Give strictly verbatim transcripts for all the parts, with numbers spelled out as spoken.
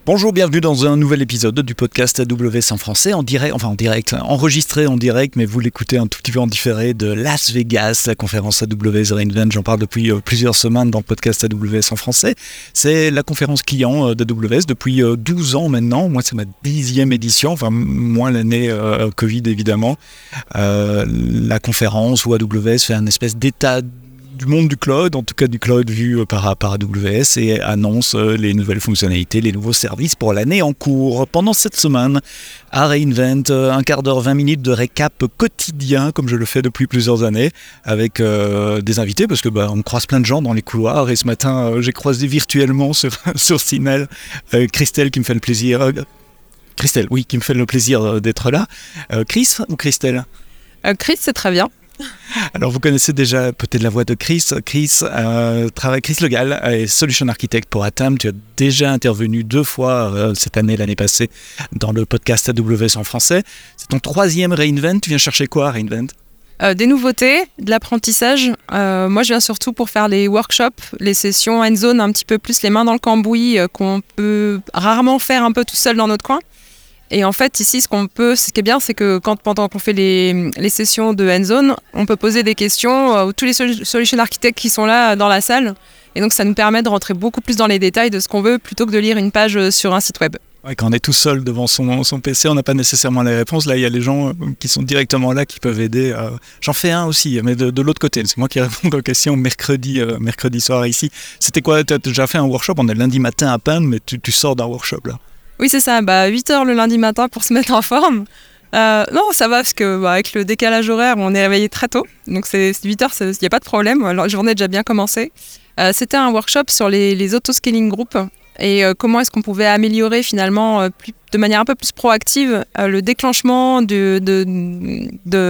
Bonjour, bienvenue dans un nouvel épisode du podcast A W S en français, en direct, enfin en direct, enregistré en direct, mais vous l'écoutez un tout petit peu en différé de Las Vegas, la conférence A W S Reinvent. J'en parle depuis euh, plusieurs semaines dans le podcast A W S en français. C'est la conférence client euh, d'A W S depuis euh, douze ans maintenant. Moi, c'est ma dixième édition, enfin moins l'année euh, Covid évidemment. Euh, la conférence où A W S fait un espèce d'état du monde du cloud, en tout cas du cloud vu par, par A W S, et annonce les nouvelles fonctionnalités, les nouveaux services pour l'année en cours. Pendant cette semaine, à Reinvent, un quart d'heure, vingt minutes de récap quotidien, comme je le fais depuis plusieurs années, avec euh, des invités, parce que bah, on croise plein de gens dans les couloirs, et ce matin, euh, j'ai croisé virtuellement sur, sur Signal euh, Christelle qui me fait le plaisir... Euh, Christelle, oui, qui me fait le plaisir d'être là. Euh, Chris ou Christelle ? euh, Chris, c'est très bien. Alors vous connaissez déjà peut-être la voix de Chris. Chris, euh, travaille, Chris Legal est Solution Architect pour Atam. Tu as déjà intervenu deux fois euh, cette année, l'année passée, dans le podcast A W S en français. C'est ton troisième Reinvent. Tu viens chercher quoi à Reinvent ? Euh, des nouveautés, de l'apprentissage. Euh, moi, je viens surtout pour faire les workshops, les sessions hands-on, un petit peu plus les mains dans le cambouis, euh, qu'on peut rarement faire un peu tout seul dans notre coin. Et en fait, ici, ce qu'on peut, ce qui est bien, c'est que quand, pendant qu'on fait les, les sessions de hands-on, on peut poser des questions à tous les sol- solution architectes qui sont là dans la salle. Et donc, ça nous permet de rentrer beaucoup plus dans les détails de ce qu'on veut plutôt que de lire une page sur un site web. Ouais, quand on est tout seul devant son, son P C, on n'a pas nécessairement les réponses. Là, il y a les gens qui sont directement là, qui peuvent aider. Euh, j'en fais un aussi, mais de, de l'autre côté. C'est moi qui réponds aux questions mercredi, euh, mercredi soir ici. C'était quoi ? Tu as déjà fait un workshop ? On est lundi matin à peine, mais tu, tu sors d'un workshop là. Oui, c'est ça, bah, huit heures le lundi matin pour se mettre en forme. Euh, non, ça va, parce que bah, avec le décalage horaire, on est réveillé très tôt. Donc c'est, c'est huit heures, il n'y a pas de problème. La journée a déjà bien commencé. Euh, c'était un workshop sur les, les auto-scaling groups et euh, comment est-ce qu'on pouvait améliorer finalement euh, plus, de manière un peu plus proactive euh, le déclenchement de, de, de,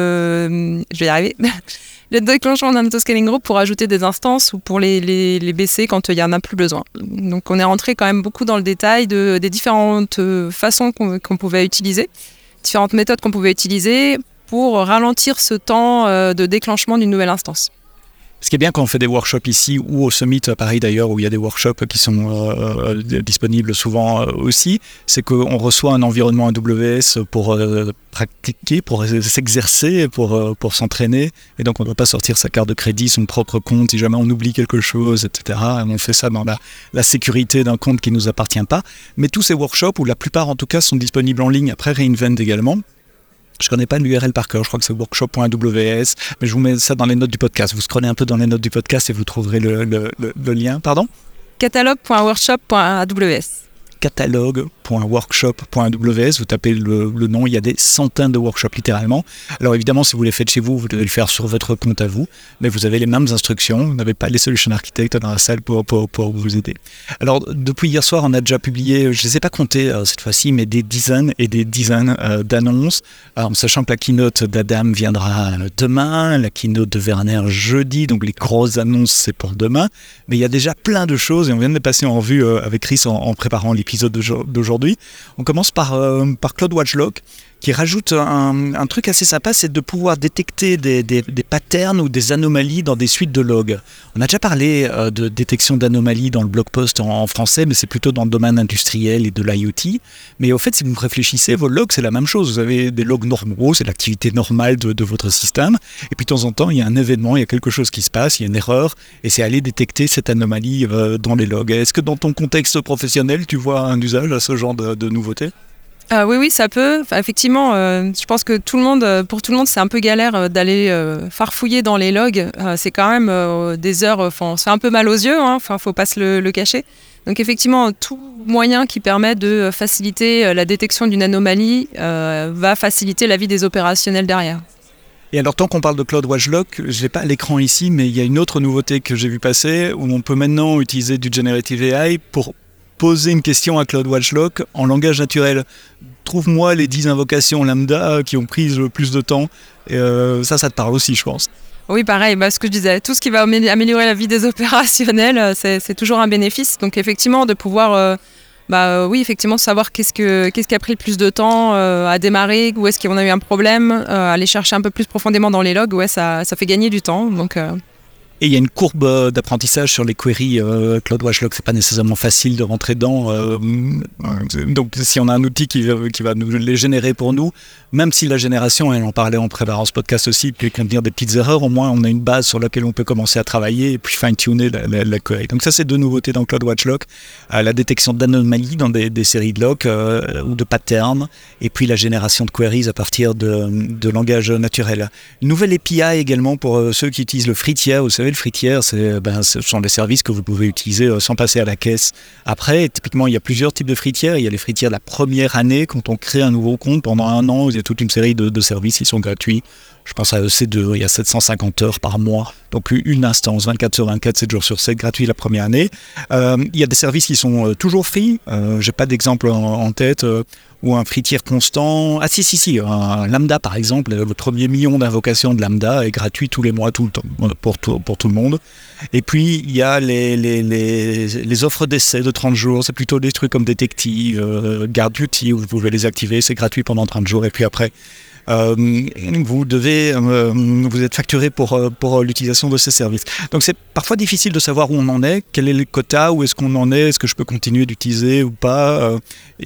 de... Je vais y arriver. Le déclenchement d'un auto-scaling group pour ajouter des instances ou pour les, les, les baisser quand il n'y en a plus besoin. Donc on est rentré quand même beaucoup dans le détail de, des différentes façons qu'on, qu'on pouvait utiliser, différentes méthodes qu'on pouvait utiliser pour ralentir ce temps de déclenchement d'une nouvelle instance. Ce qui est bien quand on fait des workshops ici ou au Summit à Paris d'ailleurs, où il y a des workshops qui sont euh, disponibles souvent euh, aussi, c'est qu'on reçoit un environnement A W S pour euh, pratiquer, pour s'exercer, pour, euh, pour s'entraîner. Et donc on ne doit pas sortir sa carte de crédit, son propre compte, si jamais on oublie quelque chose, et cetera. Et on fait ça dans la, la sécurité d'un compte qui ne nous appartient pas. Mais tous ces workshops, ou la plupart en tout cas, sont disponibles en ligne après Reinvent également. Je ne connais pas l'U R L par cœur, je crois que c'est workshop point A W S, mais je vous mets ça dans les notes du podcast. Vous scrollez un peu dans les notes du podcast et vous trouverez le, le, le, le lien. Pardon ? catalogue point workshop point A W S. catalogue point workshop point A W S, vous tapez le, le nom, il y a des centaines de workshops littéralement. Alors évidemment, si vous les faites chez vous, vous devez le faire sur votre compte à vous, mais vous avez les mêmes instructions, vous n'avez pas les solution architectes dans la salle pour, pour, pour vous aider. Alors depuis hier soir, on a déjà publié, je ne les ai pas comptés euh, cette fois-ci, mais des dizaines et des dizaines euh, d'annonces, alors, en sachant que la keynote d'Adam viendra demain, la keynote de Werner jeudi, donc les grosses annonces c'est pour demain, mais il y a déjà plein de choses et on vient de les passer en vue euh, avec Chris en, en préparant l'épisode d'aujourd'hui. On commence par, euh, par CloudWatch Lock qui rajoute un, un truc assez sympa, c'est de pouvoir détecter des, des, des patterns ou des anomalies dans des suites de logs. On a déjà parlé euh, de détection d'anomalies dans le blog post en, en français, mais c'est plutôt dans le domaine industriel et de l'I O T. Mais au fait, si vous réfléchissez, vos logs, c'est la même chose. Vous avez des logs normaux, c'est l'activité normale de, de votre système. Et puis de temps en temps, il y a un événement, il y a quelque chose qui se passe, il y a une erreur, et c'est aller détecter cette anomalie euh, dans les logs. Est-ce que dans ton contexte professionnel, tu vois un usage à ce genre de, de nouveauté ? Euh, oui, oui, ça peut. Enfin, effectivement, euh, je pense que tout le monde, pour tout le monde, c'est un peu galère euh, d'aller euh, farfouiller dans les logs. Euh, c'est quand même euh, des heures, enfin, c'est un peu mal aux yeux, hein, enfin, faut pas se le, le cacher. Donc effectivement, tout moyen qui permet de faciliter la détection d'une anomalie euh, va faciliter la vie des opérationnels derrière. Et alors, tant qu'on parle de CloudWatch Lock, je n'ai pas à l'écran ici, mais il y a une autre nouveauté que j'ai vu passer, où on peut maintenant utiliser du Generative A I pour poser une question à CloudWatch Lock en langage naturel. Trouve-moi les dix invocations lambda qui ont pris le plus de temps. Et euh, ça, ça te parle aussi, je pense. Oui, pareil, bah, ce que je disais, tout ce qui va améliorer la vie des opérationnels, c'est, c'est toujours un bénéfice. Donc effectivement, de pouvoir, euh, bah, euh, oui, effectivement, savoir qu'est-ce, que, qu'est-ce qui a pris le plus de temps euh, à démarrer, où est-ce qu'on a eu un problème, euh, aller chercher un peu plus profondément dans les logs, ouais, ça, ça fait gagner du temps. Donc, euh... Et il y a une courbe d'apprentissage sur les queries euh, CloudWatch Log. C'est pas nécessairement facile de rentrer dedans. Euh, donc, si on a un outil qui, qui va nous les générer pour nous, même si la génération, et on en parlait en préparant ce podcast aussi, peut contenir des petites erreurs, au moins on a une base sur laquelle on peut commencer à travailler et puis fine-tuner la, la, la query. Donc ça, c'est deux nouveautés dans CloudWatch Log. Euh, la détection d'anomalies dans des, des séries de logs euh, ou de patterns, et puis la génération de queries à partir de, de langage naturel. Une nouvelle A P I également pour euh, ceux qui utilisent le free tier. Vous savez, le free tier, c'est, ben, ce sont des services que vous pouvez utiliser euh, sans passer à la caisse. Après, typiquement, il y a plusieurs types de free tier. Il y a les free tier de la première année, quand on crée un nouveau compte pendant un an, il y a toute une série de, de services qui sont gratuits. Je pense à E C deux, il y a sept cent cinquante heures par mois, donc une instance, vingt-quatre sur vingt-quatre, sept jours sur sept, gratuit la première année. Euh, il y a des services qui sont euh, toujours free, euh, j'ai pas d'exemple en, en tête, euh, ou un free tier constant. Ah si, si, si, un Lambda par exemple, le premier million d'invocations de Lambda est gratuit tous les mois, tout le temps, pour tout, pour tout le monde. Et puis il y a les, les, les, les offres d'essai de trente jours, c'est plutôt des trucs comme Detective, euh, Guard Duty, où vous pouvez les activer, c'est gratuit pendant trente jours, et puis après... Euh, vous devez, euh, vous êtes facturé pour, pour l'utilisation de ces services. Donc c'est parfois difficile de savoir où on en est, quel est le quota, où est-ce qu'on en est, est-ce que je peux continuer d'utiliser ou pas. Euh,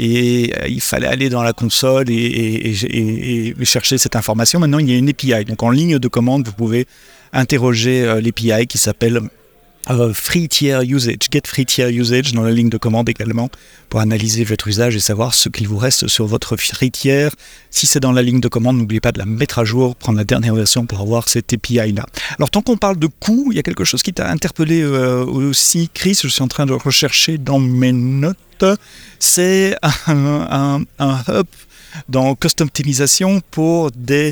et il fallait aller dans la console et, et, et, et chercher cette information. Maintenant, il y a une A P I. Donc en ligne de commande, vous pouvez interroger euh, l'A P I qui s'appelle Uh, free tier usage, get free tier usage dans la ligne de commande également pour analyser votre usage et savoir ce qu'il vous reste sur votre free tier. Si c'est dans la ligne de commande, n'oubliez pas de la mettre à jour, prendre la dernière version pour avoir cette A P I là. Alors tant qu'on parle de coûts, il y a quelque chose qui t'a interpellé euh, aussi, Chris, je suis en train de rechercher dans mes notes, c'est un, un, un hub dans Cost Optimization pour des...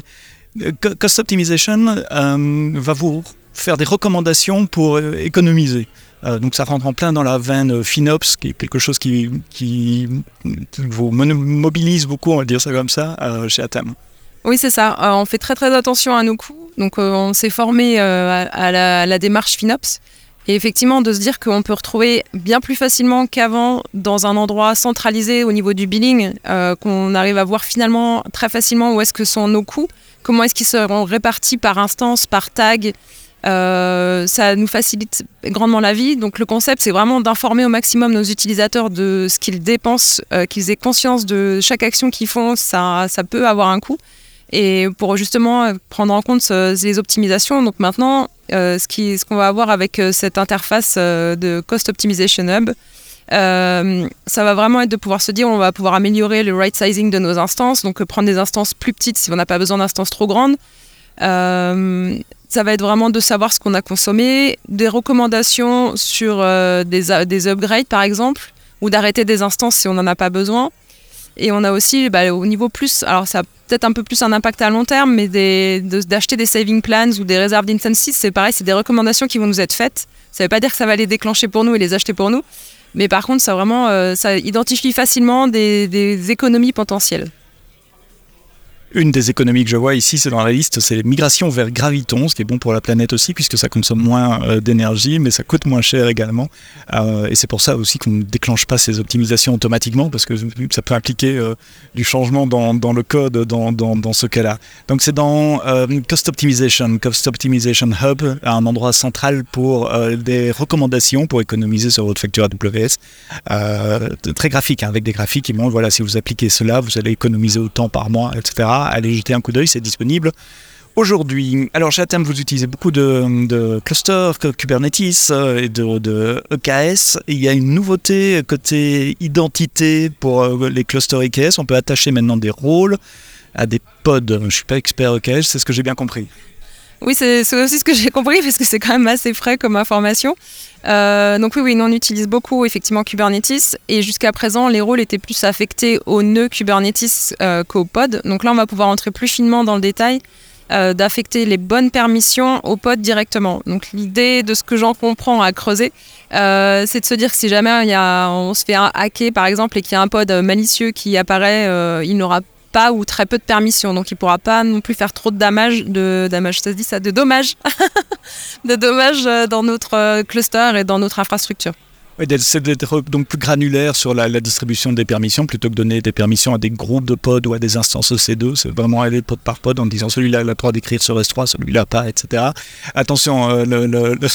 Cost Optimization euh, va vous faire des recommandations pour euh, économiser. Euh, donc ça rentre en plein dans la veine euh, FinOps, qui est quelque chose qui, qui vous mobilise beaucoup, on va dire ça comme ça, euh, chez Atem. Oui, c'est ça. Euh, on fait très très attention à nos coûts. Donc euh, on s'est formé euh, à, à, la, à la démarche FinOps. Et effectivement, de se dire qu'on peut retrouver bien plus facilement qu'avant dans un endroit centralisé au niveau du billing, euh, qu'on arrive à voir finalement très facilement où est-ce que sont nos coûts, comment est-ce qu'ils seront répartis par instance, par tag. Euh, ça nous facilite grandement la vie. Donc le concept, c'est vraiment d'informer au maximum nos utilisateurs de ce qu'ils dépensent, euh, qu'ils aient conscience de chaque action qu'ils font. Ça, ça peut avoir un coût. Et pour justement prendre en compte euh, les optimisations, donc maintenant, euh, ce, qui, ce qu'on va avoir avec euh, cette interface euh, de Cost Optimization Hub, euh, ça va vraiment être de pouvoir se dire on va pouvoir améliorer le right sizing de nos instances, donc euh, prendre des instances plus petites si on n'a pas besoin d'instances trop grandes. Euh, ça va être vraiment de savoir ce qu'on a consommé, des recommandations sur euh, des, des upgrades par exemple, ou d'arrêter des instances si on n'en a pas besoin. Et on a aussi bah, au niveau plus, alors ça a peut-être un peu plus un impact à long terme, mais des, de, d'acheter des saving plans ou des réserves d'instances, c'est pareil, c'est des recommandations qui vont nous être faites. Ça ne veut pas dire que ça va les déclencher pour nous et les acheter pour nous, mais par contre ça vraiment, euh, ça identifie facilement des, des économies potentielles. Une des économies que je vois ici, c'est dans la liste, c'est migration vers Graviton, ce qui est bon pour la planète aussi, puisque ça consomme moins euh, d'énergie, mais ça coûte moins cher également. Euh, et c'est pour ça aussi qu'on ne déclenche pas ces optimisations automatiquement, parce que ça peut impliquer euh, du changement dans, dans le code dans, dans, dans ce cas-là. Donc c'est dans euh, Cost Optimization, Cost Optimization Hub, un endroit central pour euh, des recommandations pour économiser sur votre facture A W S. Euh, très graphique, hein, avec des graphiques qui montrent, voilà, si vous appliquez cela, vous allez économiser autant par mois, et cetera. Allez jeter un coup d'œil, c'est disponible aujourd'hui. Alors chez Atem, vous utilisez beaucoup de, de clusters, Kubernetes et de, de E K S. Il y a une nouveauté côté identité pour les clusters E K S. On peut attacher maintenant des rôles à des pods. Je ne suis pas expert E K S, c'est ce que j'ai bien compris. Oui, c'est, c'est aussi ce que j'ai compris, parce que c'est quand même assez frais comme information. Euh, donc oui, oui, nous on utilise beaucoup effectivement Kubernetes, et jusqu'à présent, les rôles étaient plus affectés aux nœuds Kubernetes euh, qu'aux pods. Donc là, on va pouvoir entrer plus finement dans le détail, euh, d'affecter les bonnes permissions aux pods directement. Donc l'idée de ce que j'en comprends à creuser, euh, c'est de se dire que si jamais il y a, on se fait un hacker par exemple, et qu'il y a un pod malicieux qui apparaît, euh, il n'aura pas pas ou très peu de permissions, donc il ne pourra pas non plus faire trop de damage, de damage, ça se dit ça, de dommages, de dommages dans notre cluster et dans notre infrastructure. Oui, c'est d'être donc plus granulaire sur la, la distribution des permissions plutôt que donner des permissions à des groupes de pods ou à des instances E C deux. C'est vraiment aller pod par pod en disant celui-là a le droit d'écrire sur S trois, celui-là pas, et cetera. Attention, euh, le, le, le,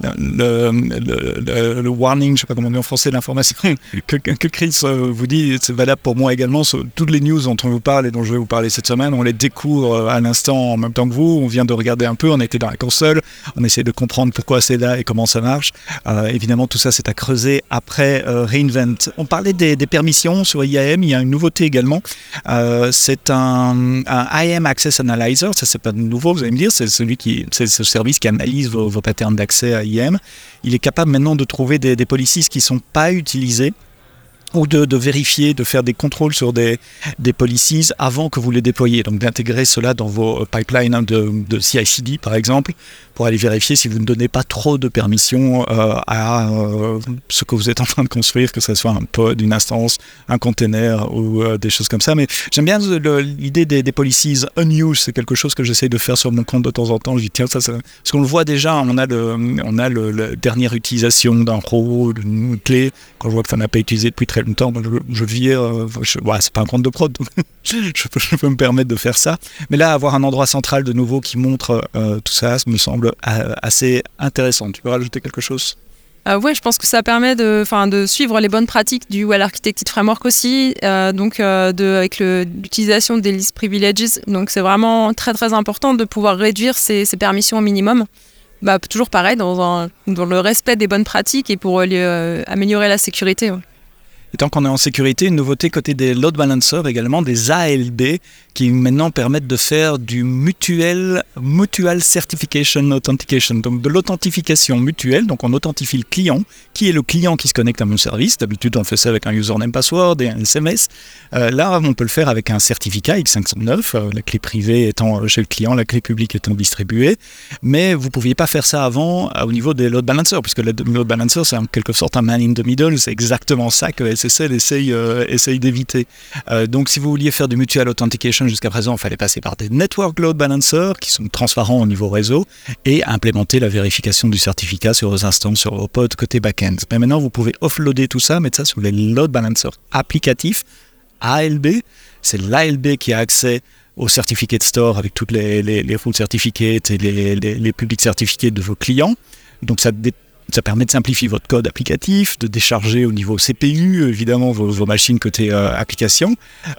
le, le, le, le warning, je ne sais pas comment on dit en français, l'information que, que Chris euh, vous dit, c'est valable pour moi également. Sur toutes les news dont on vous parle et dont je vais vous parler cette semaine, on les découvre à l'instant en même temps que vous. On vient de regarder un peu, on était dans la console, on essaie de comprendre pourquoi c'est là et comment ça marche. Euh, évidemment, tout ça, c'est à creuser après euh, reInvent. On parlait des, des permissions sur I A M, il y a une nouveauté également. Euh, c'est un, un I A M Access Analyzer, ça c'est pas nouveau, vous allez me dire, c'est celui qui, c'est ce service qui analyse vos, vos patterns d'accès à I A M. Il est capable maintenant de trouver des, des policies qui ne sont pas utilisées, ou de, de vérifier, de faire des contrôles sur des, des policies avant que vous les déployiez. Donc d'intégrer cela dans vos pipelines de, de C I C D par exemple, pour aller vérifier si vous ne donnez pas trop de permissions euh, à euh, ce que vous êtes en train de construire, que ce soit un pod, une instance, un container ou euh, des choses comme ça. Mais j'aime bien le, l'idée des, des policies unused, c'est quelque chose que j'essaie de faire sur mon compte de temps en temps. Je dis tiens, ça, ça... parce qu'on le voit déjà, on a le, on a le, la dernière utilisation d'un rôle, d'une clé. Quand je vois que ça n'a pas été utilisé depuis très longtemps, je, je vire, euh, je, ouais, c'est pas un compte de prod, donc je, peux, je peux me permettre de faire ça. Mais là, avoir un endroit central de nouveau qui montre euh, tout ça, ça me semble assez intéressant. Tu peux rajouter quelque chose ? Euh, oui, je pense que ça permet de, de suivre les bonnes pratiques du Well Architected Framework aussi, euh, donc euh, de, avec le, l'utilisation des least privileges. Donc c'est vraiment très très important de pouvoir réduire ces, ces permissions au minimum. Bah, toujours pareil, dans, un, dans le respect des bonnes pratiques et pour euh, améliorer la sécurité. Ouais. Et tant qu'on est en sécurité, une nouveauté côté des load balancers également, des A L B, qui maintenant permettent de faire du mutual, mutual certification authentication, donc de l'authentification mutuelle. Donc on authentifie le client, qui est le client qui se connecte à mon service. D'habitude on fait ça avec un username password et un S M S. Euh, là on peut le faire avec un certificat X cinq cent neuf, euh, la clé privée étant chez le client, la clé publique étant distribuée. Mais vous ne pouviez pas faire ça avant euh, au niveau des load balancers, puisque le load balancer c'est en quelque sorte un man in the middle, c'est exactement ça que S S L essaye, euh, essaye d'éviter. Euh, donc si vous vouliez faire du mutual authentication jusqu'à présent, il fallait passer par des network load balancers qui sont transparents au niveau réseau et implémenter la vérification du certificat sur vos instances, sur vos pods côté back-end. Mais maintenant, vous pouvez offloader tout ça, mettre ça sur les load balancers applicatifs A L B. C'est l'A L B qui a accès au certificate store avec toutes les, les, les full certificates et les, les, les public certificates de vos clients. Donc ça dé- Ça permet de simplifier votre code applicatif, de décharger au niveau C P U, évidemment, vos, vos machines côté euh, application.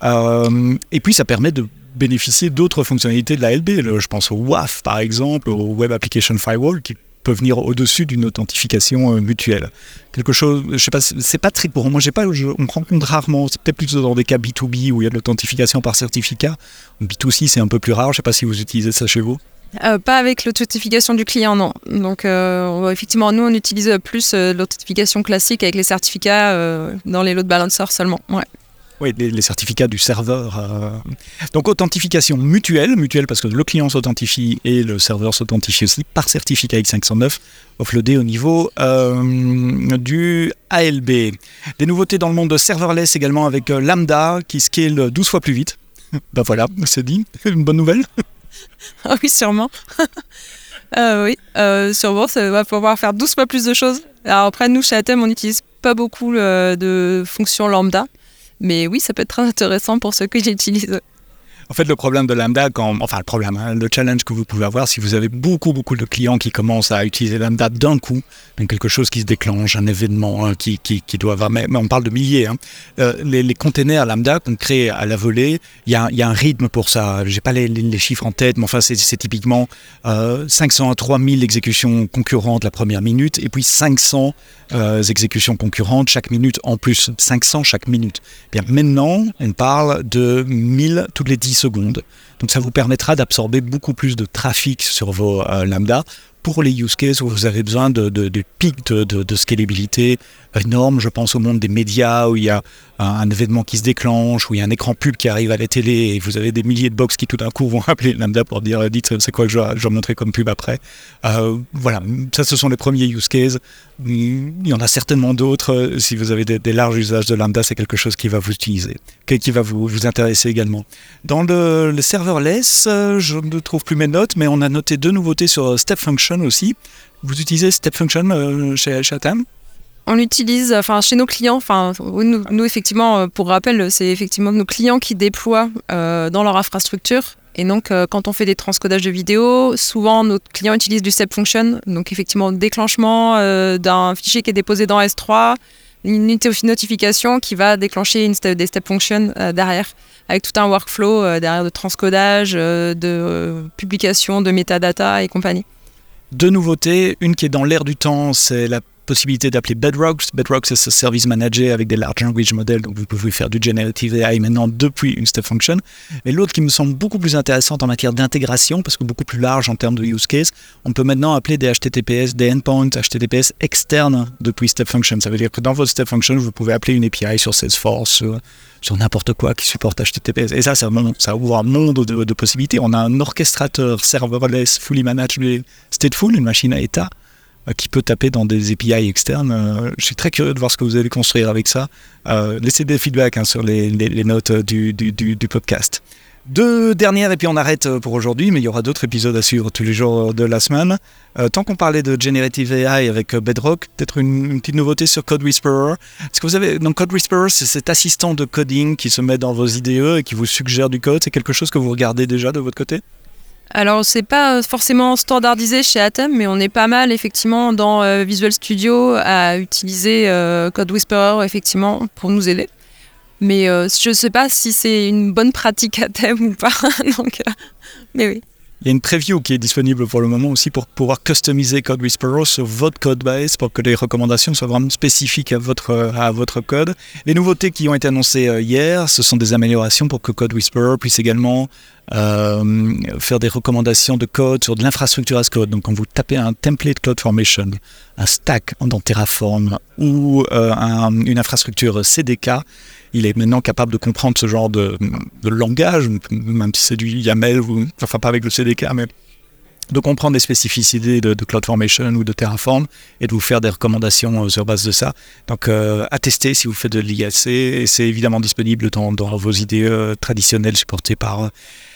Euh, et puis, ça permet de bénéficier d'autres fonctionnalités de l'A L B. Le, je pense au W A F, par exemple, au Web Application Firewall, qui peut venir au-dessus d'une authentification euh, mutuelle. Quelque chose, je sais pas, c'est pas très courant. Moi, j'ai pas, je, on me rencontre rarement. C'est peut-être plutôt dans des cas B deux B où il y a de l'authentification par certificat. B deux C, c'est un peu plus rare. Je sais pas si vous utilisez ça chez vous. Euh, pas avec l'authentification du client, non. Donc, euh, effectivement, nous, on utilise plus euh, l'authentification classique avec les certificats euh, dans les load balancers seulement. Ouais. Oui, les, les certificats du serveur. Euh... Donc, authentification mutuelle, mutuelle parce que le client s'authentifie et le serveur s'authentifie aussi par certificat X cinq cent neuf, offloadé au niveau euh, du A L B. Des nouveautés dans le monde de serverless également avec euh, Lambda qui scale douze fois plus vite. Ben voilà, c'est dit. Une bonne nouvelle. Ah oui, sûrement. euh, oui, euh, sûrement, ça va pouvoir faire douze fois plus de choses. Alors après, nous, chez Atem, on n'utilise pas beaucoup euh, de fonctions lambda. Mais oui, ça peut être très intéressant pour ceux qui l'utilisent. En fait, le problème de Lambda, quand, enfin le problème, hein, le challenge que vous pouvez avoir, si vous avez beaucoup, beaucoup de clients qui commencent à utiliser Lambda d'un coup, donc quelque chose qui se déclenche, un événement hein, qui, qui, qui doit avoir, mais on parle de milliers, hein, euh, les, les containers Lambda qu'on crée à la volée, il y a, y a un rythme pour ça. J'ai pas les, les, les chiffres en tête, mais enfin c'est, c'est typiquement euh, cinq cents à trois mille exécutions concurrentes la première minute, et puis cinq cents euh, exécutions concurrentes chaque minute en plus, cinq cents chaque minute. Bien maintenant, on parle de mille toutes les dix secondes. Donc ça vous permettra d'absorber beaucoup plus de trafic sur vos euh, lambda pour les use cases où vous avez besoin de, de, de pics de, de, de scalabilité énormes. Je pense au monde des médias où il y a un, un événement qui se déclenche, où il y a un écran pub qui arrive à la télé et vous avez des milliers de box qui tout d'un coup vont appeler lambda pour dire dites c'est quoi que je dois, je dois montrer comme pub après. Euh, voilà, ça ce sont les premiers use cases. Il y en a certainement d'autres. Si vous avez des, des larges usages de lambda, c'est quelque chose qui va vous utiliser, qui va vous, vous intéresser également. Dans le, le serverless, je ne trouve plus mes notes, mais on a noté deux nouveautés sur Step Function aussi. Vous utilisez Step Function euh, chez, chez Atem ? On l'utilise, enfin chez nos clients. Enfin nous, nous effectivement, pour rappel, c'est effectivement nos clients qui déploient euh, dans leur infrastructure. Et donc, euh, quand on fait des transcodages de vidéos, souvent nos clients utilisent du step function. Donc effectivement, déclenchement euh, d'un fichier qui est déposé dans S trois, une unité de notification qui va déclencher une step, des step functions euh, derrière, avec tout un workflow euh, derrière de transcodage, euh, de euh, publication de metadata et compagnie. Deux nouveautés, une qui est dans l'air du temps, c'est la possibilité d'appeler Bedrock. Bedrock, c'est ce service managé avec des large language models, donc vous pouvez faire du generative A I maintenant depuis une step function. Et l'autre qui me semble beaucoup plus intéressante en matière d'intégration, parce que beaucoup plus large en termes de use case, on peut maintenant appeler des H T T P S, des endpoints H T T P S externes depuis step function. Ça veut dire que dans votre step function, vous pouvez appeler une A P I sur Salesforce, sur, sur n'importe quoi qui supporte H T T P S. Et ça, ça, ça ouvre un monde de, de possibilités. On a un orchestrateur serverless, fully managed, stateful, une machine à état, qui peut taper dans des A P I externes. Euh, je suis très curieux de voir ce que vous allez construire avec ça. Euh, laissez des feedbacks hein, sur les, les, les notes du, du, du, du podcast. Deux dernières et puis on arrête pour aujourd'hui, mais il y aura d'autres épisodes à suivre tous les jours de la semaine. Euh, tant qu'on parlait de Generative A I avec Bedrock, peut-être une, une petite nouveauté sur Code Whisperer. Est-ce que vous avez, donc Code Whisperer, c'est cet assistant de coding qui se met dans vos I D E et qui vous suggère du code. C'est quelque chose que vous regardez déjà de votre côté ? Alors, c'est pas forcément standardisé chez Atem, mais on est pas mal, effectivement, dans euh, Visual Studio à utiliser euh, Code Whisperer, effectivement, pour nous aider. Mais euh, je sais pas si c'est une bonne pratique Atem ou pas. Donc, euh, mais oui. Il y a une preview qui est disponible pour le moment aussi pour pouvoir customiser Code Whisperer sur votre code base pour que les recommandations soient vraiment spécifiques à votre, à votre code. Les nouveautés qui ont été annoncées hier, ce sont des améliorations pour que Code Whisperer puisse également euh, faire des recommandations de code sur de l'infrastructure as code. Donc quand vous tapez un template CloudFormation, un stack dans Terraform ou euh, un, une infrastructure C D K, il est maintenant capable de comprendre ce genre de, de langage, même si c'est du YAML, ou, enfin pas avec le C D K, mais de comprendre les spécificités de, de CloudFormation ou de Terraform et de vous faire des recommandations sur base de ça. Donc euh, à tester si vous faites de l'I A C, et c'est évidemment disponible dans, dans vos I D E traditionnelles supportées par...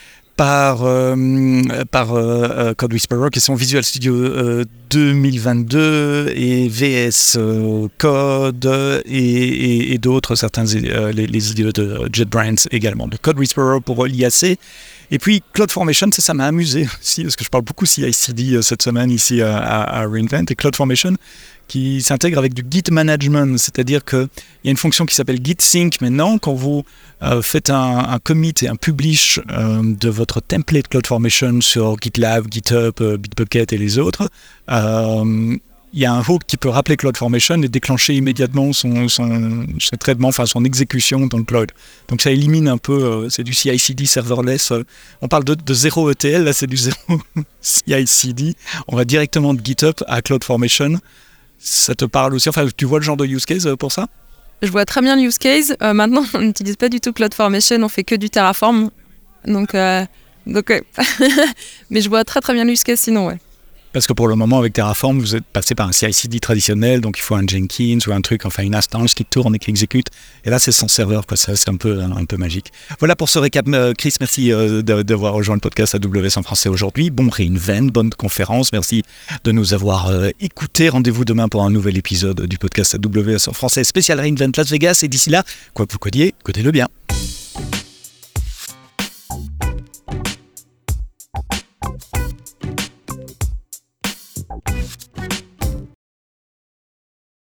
par, euh, par euh, Code Whisperer, qui sont Visual Studio euh, deux mille vingt-deux et V S euh, Code et, et, et d'autres, certains euh, les, les I D E de JetBrains également. Donc Code Whisperer pour l'I A C. Et puis CloudFormation, ça, ça m'a amusé aussi, parce que je parle beaucoup C I C D cette semaine ici à, à, à reInvent, et CloudFormation qui s'intègre avec du Git Management, c'est-à-dire qu'il y a une fonction qui s'appelle Git Sync maintenant. Quand vous euh, faites un, un commit et un publish euh, de votre template CloudFormation sur GitLab, GitHub, euh, Bitbucket et les autres, euh, il y a un hook qui peut rappeler CloudFormation et déclencher immédiatement son, son, son traitement, enfin son exécution dans le cloud. Donc ça élimine un peu, euh, c'est du C I C D serverless. Euh, on parle de, de zéro E T L, là c'est du zéro C I C D. On va directement de GitHub à CloudFormation. Ça te parle aussi, enfin tu vois le genre de use case pour ça ? Je vois très bien le use case. Euh, maintenant, on n'utilise pas du tout CloudFormation, on fait que du Terraform. Donc, euh, donc ouais. Mais je vois très très bien le use case sinon, ouais. Parce que pour le moment, avec Terraform, vous êtes passé par un C I C D traditionnel, donc il faut un Jenkins ou un truc, enfin une instance qui tourne et qui exécute. Et là, c'est sans serveur, quoi. Ça, c'est un peu, un, un peu magique. Voilà pour ce récap. Euh, Chris, merci euh, d'avoir rejoint le podcast A W S en français aujourd'hui. Bon reInvent, bonne conférence. Merci de nous avoir euh, écoutés. Rendez-vous demain pour un nouvel épisode du podcast A W S en français spécial reInvent Las Vegas. Et d'ici là, quoi que vous codiez, codez-le bien.